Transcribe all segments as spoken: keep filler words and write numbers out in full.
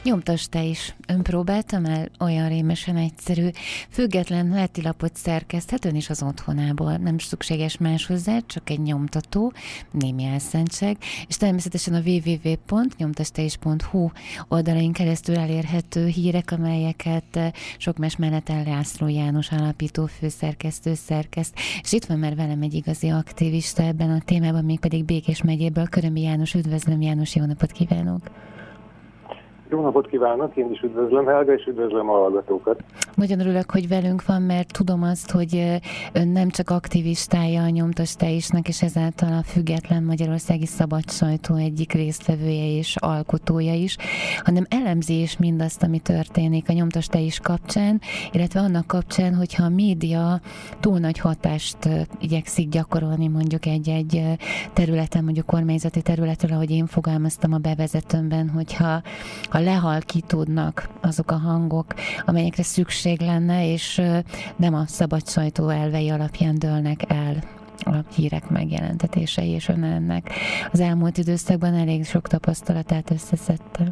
Nyomtasd te is. Ön próbálta már olyan rémesen egyszerű, független heti lapot szerkeszthet ön is az otthonából. Nem szükséges más hozzá, csak egy nyomtató, némi elszántság, és természetesen a double-u double-u double-u pont nyomtasteis pont hu oldalain keresztül elérhető hírek, amelyeket sok más mellett László János alapító főszerkesztő szerkeszt. És itt van már velem egy igazi aktivista ebben a témában, mégpedig Békés megyéből, Körömi János. Üdvözlöm, János, jó napot kívánok! Jó napot kívánok, én is üdvözlöm, Helga, és üdvözlöm a hallgatókat. Nagyon örülök, hogy velünk van, mert tudom azt, hogy ön nem csak aktivistája a Nyomtasd te isnek, és ezáltal a független magyarországi szabad sajtó egyik résztvevője és alkotója is, hanem elemzi is mindazt, ami történik a Nyomtasd te is kapcsán, illetve annak kapcsán, hogyha a média túl nagy hatást igyekszik gyakorolni mondjuk egy-egy területen, mondjuk kormányzati területről, ahogy én fogalmaztam a bevezetőmben, hogyha ha lehalkítódnak azok a hangok, amelyekre szükség lenne, és nem a szabad sajtó elvei alapján dőlnek el a hírek megjelentetései, és ön ennek az elmúlt időszakban elég sok tapasztalatát összeszedte.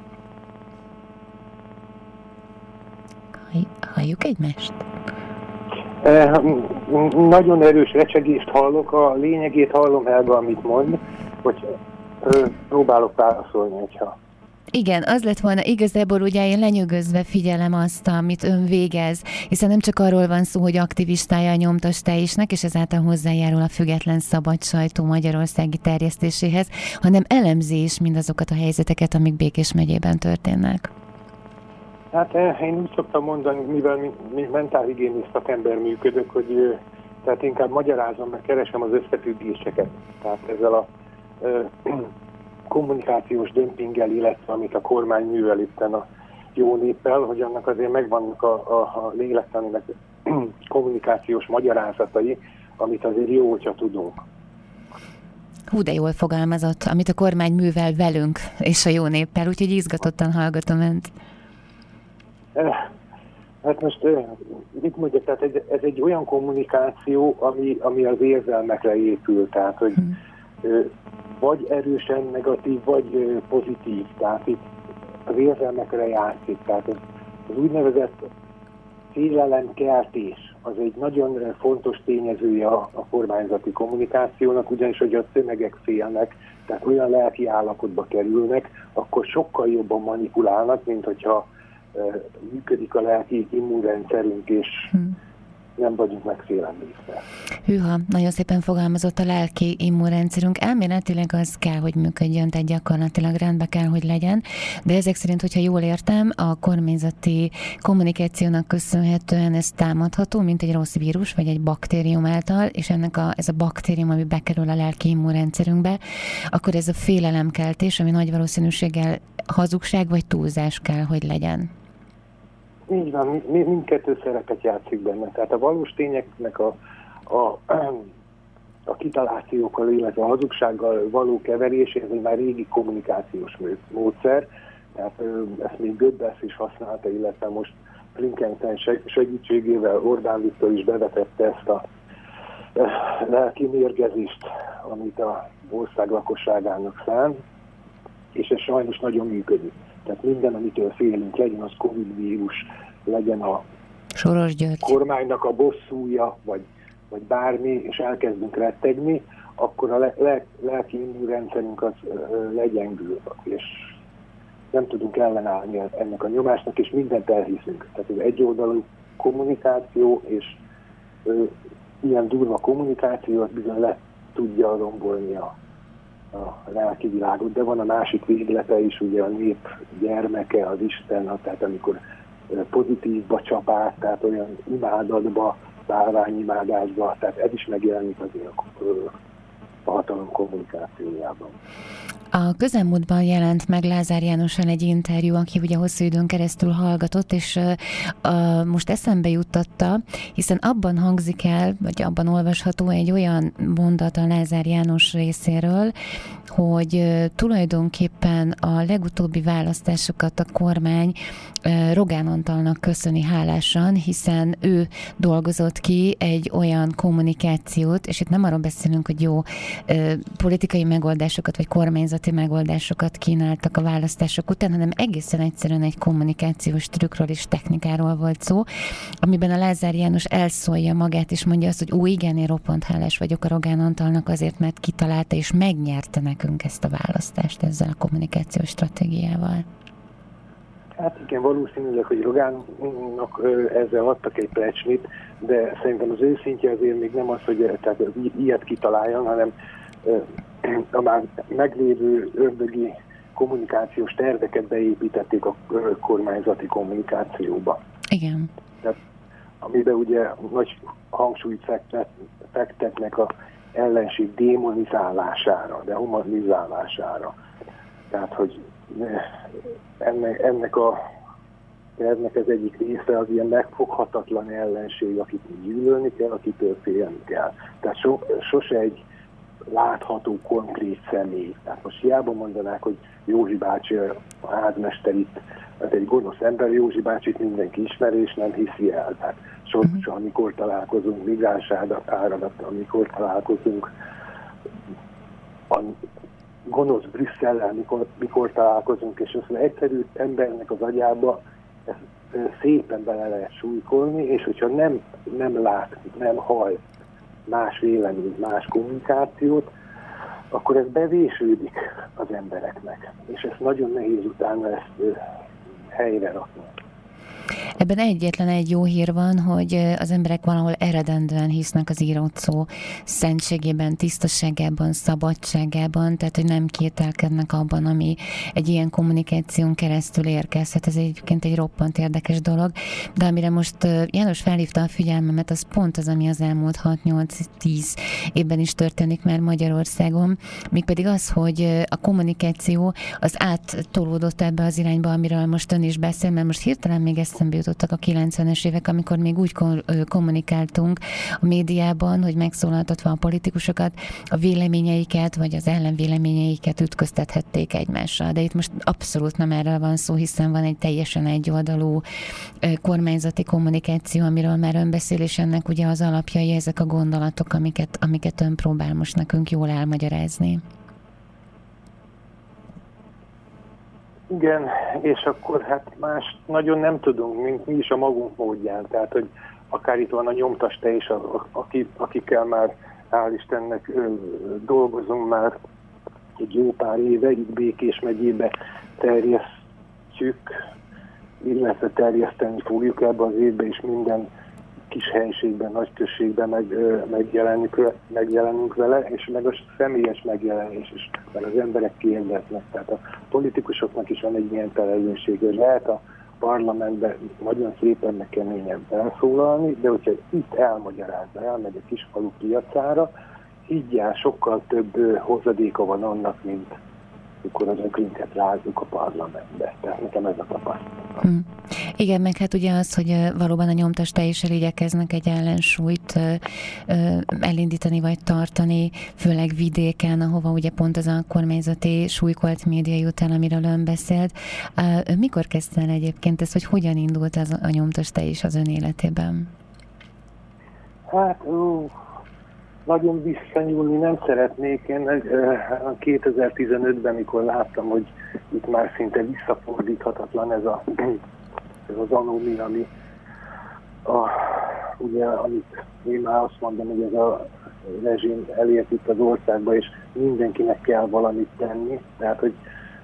Halljuk egymást? Eh, nagyon erős recsegést hallok, a lényegét hallom, Helga, amit mond, hogy ö, próbálok válaszolni, hogyha... Igen, az lett volna, igazából ugye én lenyűgözve figyelem azt, amit ön végez, hiszen nem csak arról van szó, hogy aktivistája a Nyomtasd te isnek, és ezáltal hozzájárul a független szabad sajtó magyarországi terjesztéséhez, hanem elemzi is mindazokat a helyzeteket, amik Békés megyében történnek. Hát én úgy szoktam mondani, mivel mi, mi mentálhigiéniszta szakember működök, hogy tehát inkább magyarázom, mert keresem az összefüggéseket. Tehát ezzel a ö, kommunikációs dömpinggel, illetve amit a kormány művel itten a jó néppel, hogy annak azért megvannak a, a, a lélektanileg kommunikációs magyarázatai, amit azért jó, hogyha tudunk. Hú, de jól fogalmazott, amit a kormány művel velünk és a jó néppel, úgyhogy izgatottan hallgatom önt. Hát most mit mondjak, tehát ez, ez egy olyan kommunikáció, ami, ami az érzelmekre épül, tehát hogy hmm. vagy erősen negatív, vagy pozitív, tehát itt az érzelmekre játszik. Tehát az, az úgynevezett félelemkeltés az egy nagyon fontos tényezője a, a kormányzati kommunikációnak, ugyanis, hogy a tömegek félnek, tehát olyan lelki állapotba kerülnek, akkor sokkal jobban manipulálnak, mint hogyha uh, működik a lelki immunrendszerünk, és hmm. nem vagyunk megfélemlítve. Hűha, nagyon szépen fogalmazott a lelki immunrendszerünk. Elméletileg az kell, hogy működjön, tehát gyakorlatilag rendbe kell, hogy legyen, de ezek szerint, hogyha jól értem, a kormányzati kommunikációnak köszönhetően ez támadható, mint egy rossz vírus, vagy egy baktérium által, és ennek a, ez a baktérium, ami bekerül a lelki immunrendszerünkbe, akkor ez a félelemkeltés, ami nagy valószínűséggel hazugság vagy túlzás kell, hogy legyen. Így van, mindkettő szerepet játszik benne. Tehát a valós tényeknek a, a, a kitalációkkal, illetve a hazugsággal való keverés, ez egy már régi kommunikációs módszer. Tehát ezt még Goebbels is használta, illetve most Blinken segítségével Orbán Viktor is bevetette ezt a lelki mérgezést, amit a ország lakosságának szán, és ez sajnos nagyon működik. Tehát minden, amitől félünk, legyen az Covid vírus, legyen a Soros György kormánynak a bosszúja, vagy, vagy bármi, és elkezdünk rettegni, akkor a le, le, lelki immunrendszerünk az ö, legyengül, és nem tudunk ellenállni ennek a nyomásnak, és mindent elhiszünk. Tehát ez egyoldalú kommunikáció, és ö, ilyen durva kommunikáció az bizony le tudja rombolni a a lelki világot, de van a másik véglete is, ugye a nép gyermeke, az Isten, tehát amikor pozitívba csap át, tehát olyan imádatba, bálványimádásba, tehát ez is megjelenik azért a hatalom kommunikációjában. A közelmúltban jelent meg Lázár Jánossal egy interjú, aki ugye hosszú időn keresztül hallgatott, és uh, uh, most eszembe juttatta, hiszen abban hangzik el, vagy abban olvasható egy olyan mondat a Lázár János részéről, hogy uh, tulajdonképpen a legutóbbi választásokat a kormány uh, Rogán Antalnak köszöni hálásan, hiszen ő dolgozott ki egy olyan kommunikációt, és itt nem arról beszélünk, hogy jó uh, politikai megoldásokat, vagy kormányzati gyakorlati megoldásokat kínáltak a választások után, hanem egészen egyszerűen egy kommunikációs trükkről és technikáról volt szó, amiben a Lázár János elszólja magát, és mondja azt, hogy ó, igen, én roppant hálás vagyok a Rogán Antalnak azért, mert kitalálta és megnyerte nekünk ezt a választást ezzel a kommunikációs stratégiával. Hát igen, valószínűleg, hogy Rogánnak ezzel adtak egy plecsnit, de szerintem az őszintje azért még nem az, hogy tehát ilyet kitaláljon, hanem a már meglévő ördögi kommunikációs terveket beépítették a kormányzati kommunikációba. Igen. Tehát, amiben ugye nagy hangsúlyt fektet, fektetnek a ellenség démonizálására, de humanizálására. Tehát, hogy ennek, ennek a ennek az egyik része az ilyen megfoghatatlan ellenség, akit gyűlölni kell, akitől félni kell. Tehát so, sose egy látható, konkrét személy. Tehát most hiába mondanák, hogy Józsi bácsi a házmester itt, hát egy gonosz ember, Józsi bácsit mindenki ismeri, és nem hiszi el. Tehát sokszor, amikor találkozunk migráns áradattal, amikor találkozunk a gonosz Brüsszellel, mikor, mikor találkozunk, és az egyszerű embernek az agyába ezt szépen bele lehet súlykolni, és hogyha nem, nem lát, nem hall más véleményt, más kommunikációt, akkor ez bevésődik az embereknek. És ez nagyon nehéz utána ezt helyre rakni. Ebben egyetlen egy jó hír van, hogy az emberek valahol eredendően hisznek az írott szó szentségében, tisztaságában, szabadságában, tehát hogy nem kételkednek abban, ami egy ilyen kommunikáción keresztül érkezhet. Ez egyébként egy roppant érdekes dolog, de amire most János felhívta a figyelmemet, az pont az, ami az elmúlt hat-nyolc-tíz évben is történik már Magyarországon, mégpedig az, hogy a kommunikáció az áttolódott ebbe az irányba, amiről most ön is beszél, mert most hirtelen még eszembe jutottak a kilencvenes évek, amikor még úgy kommunikáltunk a médiában, hogy megszólaltatva a politikusokat, a véleményeiket, vagy az ellenvéleményeiket ütköztethették egymással. De itt most abszolút nem erről van szó, hiszen van egy teljesen egyoldalú kormányzati kommunikáció, amiről már ön beszél, és ennek ugye az alapjai ezek a gondolatok, amiket, amiket ön próbál most nekünk jól elmagyarázni. Igen, és akkor hát más nagyon nem tudunk, mint mi is a magunk módján. Tehát, hogy akár itt van a Nyomtas te is, akik, akikkel már hál' Istennek dolgozunk már egy jó pár éve, itt Békés megyébe terjesztjük, illetve terjeszteni fogjuk ebbe az évbe, és minden kis helyiségben, nagy községben meg, megjelenünk, megjelenünk vele, és meg a személyes megjelenés is, mert az emberek kérdeznek. Tehát a politikusoknak is van egy ilyen felelősség, hogy lehet a parlamentben nagyon szépen meg keményen elszólalni, de hogyha itt elmagyarázza, elmegy a kisfalu piacára, így el sokkal több hozadéka van annak, mint amikor az önkünket rázzuk a parlamentbe. Tehát nekem ez a tapasztalat. Hmm. Igen, meg hát ugye az, hogy valóban a Nyomtas teljesen igyekeznek egy ellensúlyt elindítani vagy tartani, főleg vidéken, ahova ugye pont az a kormányzati súlykolt média jut el, amiről ön beszélt. Mikor kezdte el egyébként ez, hogy hogyan indult az a Nyomtas te is az ön életében? Hát, ó, nagyon visszanyúlni nem szeretnék. Én kétezer-tizenötben, mikor láttam, hogy itt már szinte visszafordíthatatlan ez, a, ez az anómi, ami a, ugye, amit én már azt mondom, hogy ez a rezsim elért itt az országba, és mindenkinek kell valamit tenni. Tehát, hogy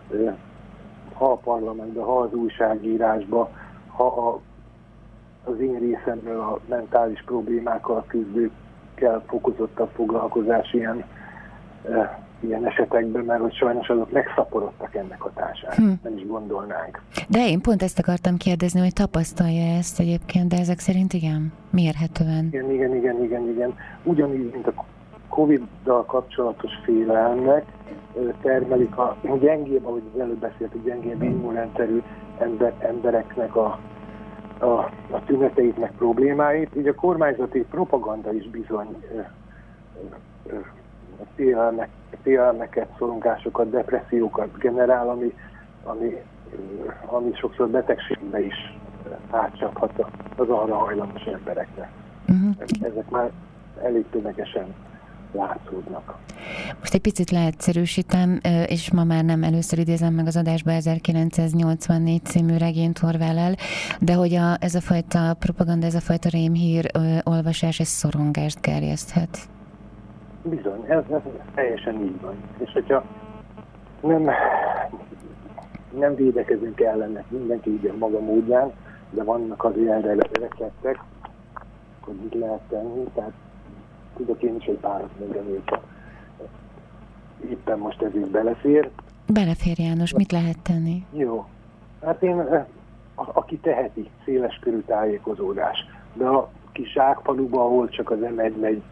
ha a parlamentben, ha az újságírásban, ha a, az én részemről a mentális problémákkal küzdőkkel fokozottabb foglalkozás ilyen, e, ilyen esetekben, mert hogy sajnos azok megszaporodtak ennek hatását, hm. nem is gondolnánk. De én pont ezt akartam kérdezni, hogy tapasztalja ezt egyébként, de ezek szerint igen, mérhetően. Igen, igen, igen, igen, igen. Ugyanígy, mint a Covid-dal kapcsolatos félelmek termelik a gyengébb, ahogy az előbb beszéltük, gyengébb immunrendszerű ember, embereknek a, a, a tüneteit, meg problémáit. Ugye a kormányzati propaganda is bizony ö, ö, félelmek, félelmeket, szorongásokat, depressziókat generál, ami, ami, ami sokszor betegségbe is átcsaphat az arra hajlamos embereknek. Uh-huh. Ezek már elég tömegesen látszódnak. Most egy picit leegyszerűsítem, és ma már nem először idézem meg az adásba ezerkilencszáznyolcvannégy című regényt Orwell-el, de hogy a, ez a fajta propaganda, ez a fajta rémhír olvasás, ez szorongást gerjeszthet. Bizony, ez, ez teljesen így van. És hogyha nem, nem védekezünk ellene, mindenki így a maga módján, de vannak azért erre receptek, hogy mit lehet tenni, tehát tudok én is egy párat mondani, hogyha éppen most ez is belefér. Belefér, János, mit lehet tenni? Jó, hát én, a, aki teheti, széles körű tájékozódás, de a kis zsákfaluban, ahol csak az em egy megy,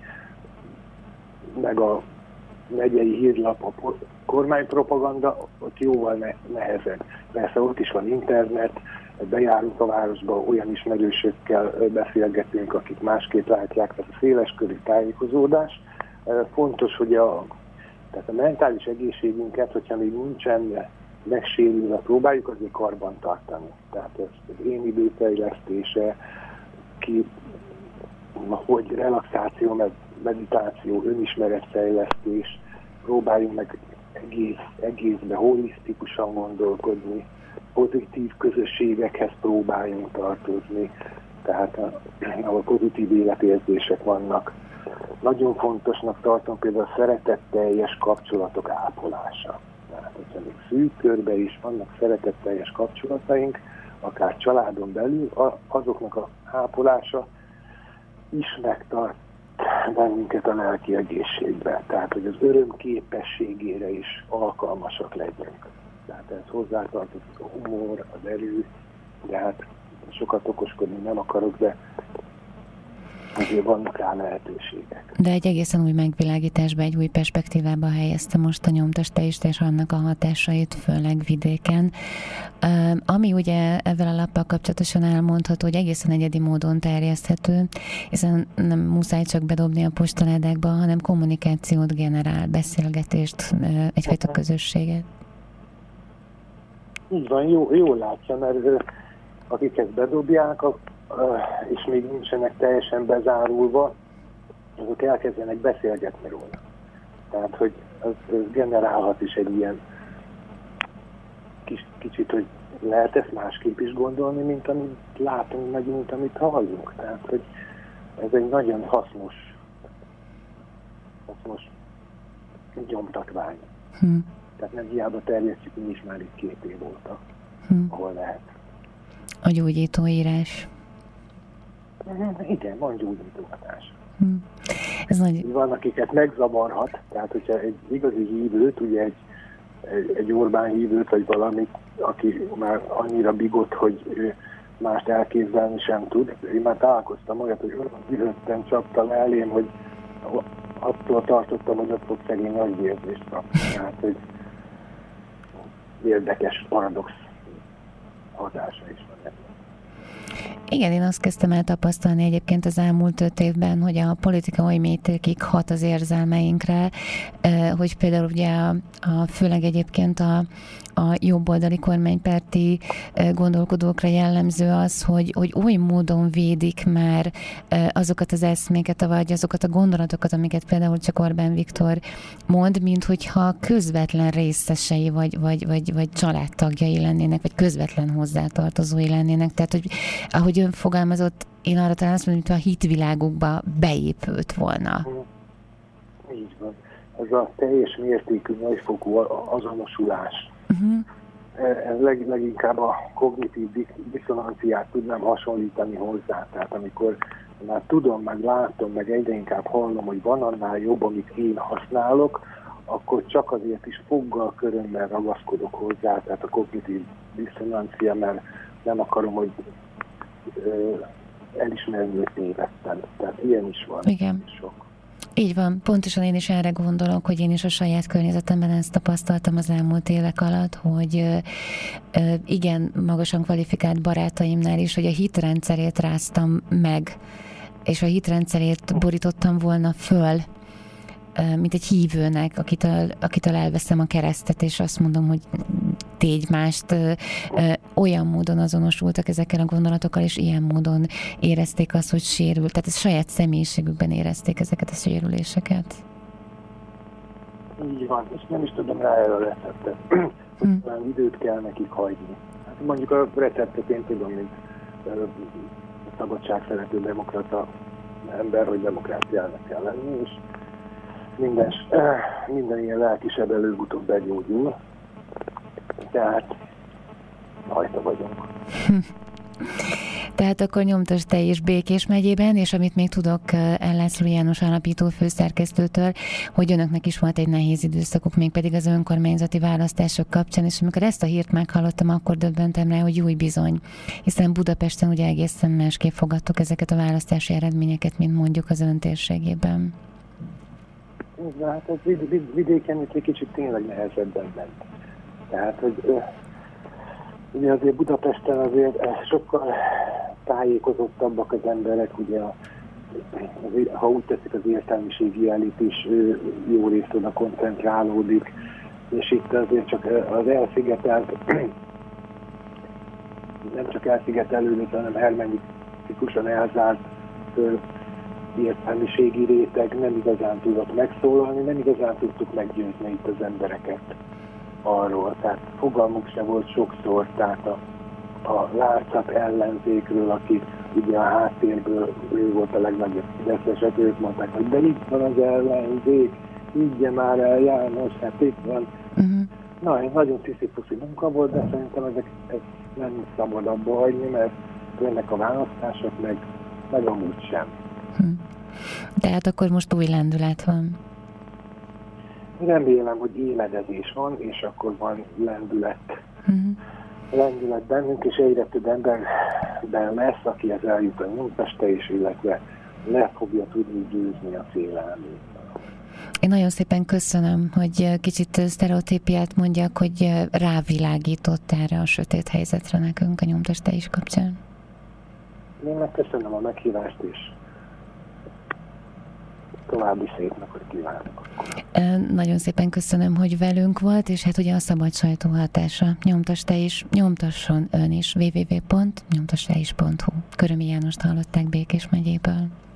meg a megyei hírlap, a kormánypropaganda, ott jóval ne, nehezebb. Persze ott is van internet, bejárunk a városba, olyan ismerősökkel beszélgetünk, akik másképp látják, tehát a széleskörű tájékozódás. Fontos, hogy a, tehát a mentális egészségünket, hogyha még nincsen megsérülve, próbáljuk azért karban tartani. Tehát ez az én időfejlesztése, ki, hogy relaxáció, meg meditáció, önismeretfejlesztés, próbáljunk meg egész, egészbe holisztikusan gondolkodni, pozitív közösségekhez próbáljunk tartozni, tehát ahol pozitív életérzések vannak. Nagyon fontosnak tartom például a szeretetteljes kapcsolatok ápolása. Tehát, hogyha még szűk körben is vannak szeretetteljes kapcsolataink, akár családon belül, azoknak a ápolása is megtart bennünket a lelki egészségbe. Tehát, hogy az öröm képességére is alkalmasak legyünk. Tehát ez hozzátartozik a humor, az erő, de hát sokat okoskodni nem akarok, de azért vannak rá lehetőségek. De egy egészen új megvilágításba, egy új perspektívába helyezte most a nyomtestést és annak a hatásait, főleg vidéken. Ami ugye ezzel a lappal kapcsolatosan elmondható, hogy egészen egyedi módon terjeszthető, hiszen nem muszáj csak bedobni a postaládákba, hanem kommunikációt generál, beszélgetést, egyfajta közösséget. Így van, jó, jól látja, mert akik ezt bedobják, és még nincsenek teljesen bezárulva, azok elkezdenek beszélgetni róla. Tehát, hogy az, az generálhat is egy ilyen kis, kicsit, hogy lehet ezt másképp is gondolni, mint amit látunk, meg mint amit hallunk. Tehát, hogy ez egy nagyon hasznos, hasznos nyomtatvány. Hm. Tehát nem hiába terjesztjük mi is már itt két év óta, hm. ahol lehet. A gyógyítóírás. Igen, van gyógyítóhatás. Hm. Ez nagy... Van, akiket megzavarhat, tehát hogyha egy igazi hívőt, ugye egy, egy, egy Orbán hívőt, vagy valamit, aki már annyira bigott, hogy ő mást elképzelni sem tud. Én már találkoztam olyat, hogy olyan dühötten csapta le elém, hogy attól tartottam, hogy ott fog szegény agyvérzést kapni. Tehát, hogy érdekes, paradox hatása is van ennek. Igen, én azt kezdtem el tapasztalni egyébként az elmúlt öt évben, hogy a politika oly mértékig hat az érzelmeinkre, hogy például ugye a, a főleg egyébként a, a jobboldali kormánypárti gondolkodókra jellemző az, hogy, hogy oly módon védik már azokat az eszméket, vagy azokat a gondolatokat, amiket például csak Orbán Viktor mond, mint hogyha közvetlen részesei, vagy, vagy, vagy, vagy családtagjai lennének, vagy közvetlen hozzátartozói lennének. Tehát, hogy ahogy ön fogalmazott, én arra talán azt mondom, hogy a hitvilágukba beépült volna. Így van. Ez a teljes mértékű, nagyfokú azonosulás. Uh-huh. Ez leg, leginkább a kognitív diszonanciát tudnám hasonlítani hozzá. Tehát amikor már tudom, meg látom, meg egyre inkább hallom, hogy van annál jobb, amit én használok, akkor csak azért is foggal, körömmel ragaszkodok hozzá. Tehát a kognitív diszonancia, mert nem akarom, hogy ö, elismerni, hogy tévedtem. Tehát ilyen is van. Igen. Sok. Így van, pontosan én is erre gondolok, hogy én is a saját környezetemben ezt tapasztaltam az elmúlt évek alatt, hogy igen, magasan kvalifikált barátaimnál is, hogy a hitrendszerét ráztam meg, és a hitrendszerét borítottam volna föl, mint egy hívőnek, akitől, akitől elveszem a keresztet, és azt mondom, hogy tégy mást, olyan módon azonosultak ezekkel a gondolatokkal, és ilyen módon érezték azt, hogy sérül. Tehát ez saját személyiségükben érezték ezeket a sérüléseket. Így van, és nem is tudom rá erre a receptet. Hm. Talán időt kell nekik hagyni. Hát mondjuk a receptet én tudom, mint szabadságszerető demokrata ember, hogy demokráciának kell lenni, és minden, minden ilyen lelkisebb előbb-utóbb begyógyul. Tehát rajta vagyunk. Tehát akkor nyomtasd te is Békés megyében, és amit még tudok Ellászló János alapító főszerkesztőtől, hogy önöknek is volt egy nehéz időszakuk, mégpedig az önkormányzati választások kapcsán, és amikor ezt a hírt meghallottam, akkor döbbentem rá, hogy új bizony, hiszen Budapesten ugye egészen másképp fogadtok ezeket a választási eredményeket, mint mondjuk az ön térségében. Hát az vid- vid- vidéken itt egy kicsit tényleg nehezebben ment. Tehát, hogy ugye azért Budapesten azért sokkal tájékozottabbak az emberek, ugye a, az, ha úgy teszik, az értelmiségi elit is jó részt oda koncentrálódik, és itt azért csak az elszigetelt, nem csak elszigetelődött, hanem hermetikusan elzárt értelmiségi réteg nem igazán tudott megszólalni, nem igazán tudtuk meggyőzni itt az embereket arról. Tehát fogalmuk se volt sokszor, tehát a, a látszat ellenzékről, aki ugye a háttérből ő volt a legnagyobb fideszesek, ők mondták, hogy de itt van az ellenzék, ígye már el János, hát itt van. Uh-huh. Na, ez nagyon sziszifuszi munka volt, de szerintem ezek, ez nem szabad abba hagyni, mert jönnek a választások, meg, meg amúgy sem. Uh-huh. Tehát akkor most új lendület van. Remélem, hogy éledezés van, és akkor van lendület. Uh-huh. Lendület bennünk, és egyre több emberben lesz, aki ez eljut a nyomteste, és illetve le fogja tudni győzni a félelmét. Én nagyon szépen köszönöm, hogy kicsit sztereotípiát mondjak, hogy rávilágított erre a sötét helyzetre nekünk a nyomteste is kapcsán. Én megköszönöm a meghívást, és további szép napot kívánok. Nagyon szépen köszönöm, hogy velünk volt, és hát ugye a szabad sajtó hatása. Nyomtass te is, nyomtasson ön is. double-u double-u double-u pont nyomtass te is pont hu. Körömi Jánost hallották Békés megyéből.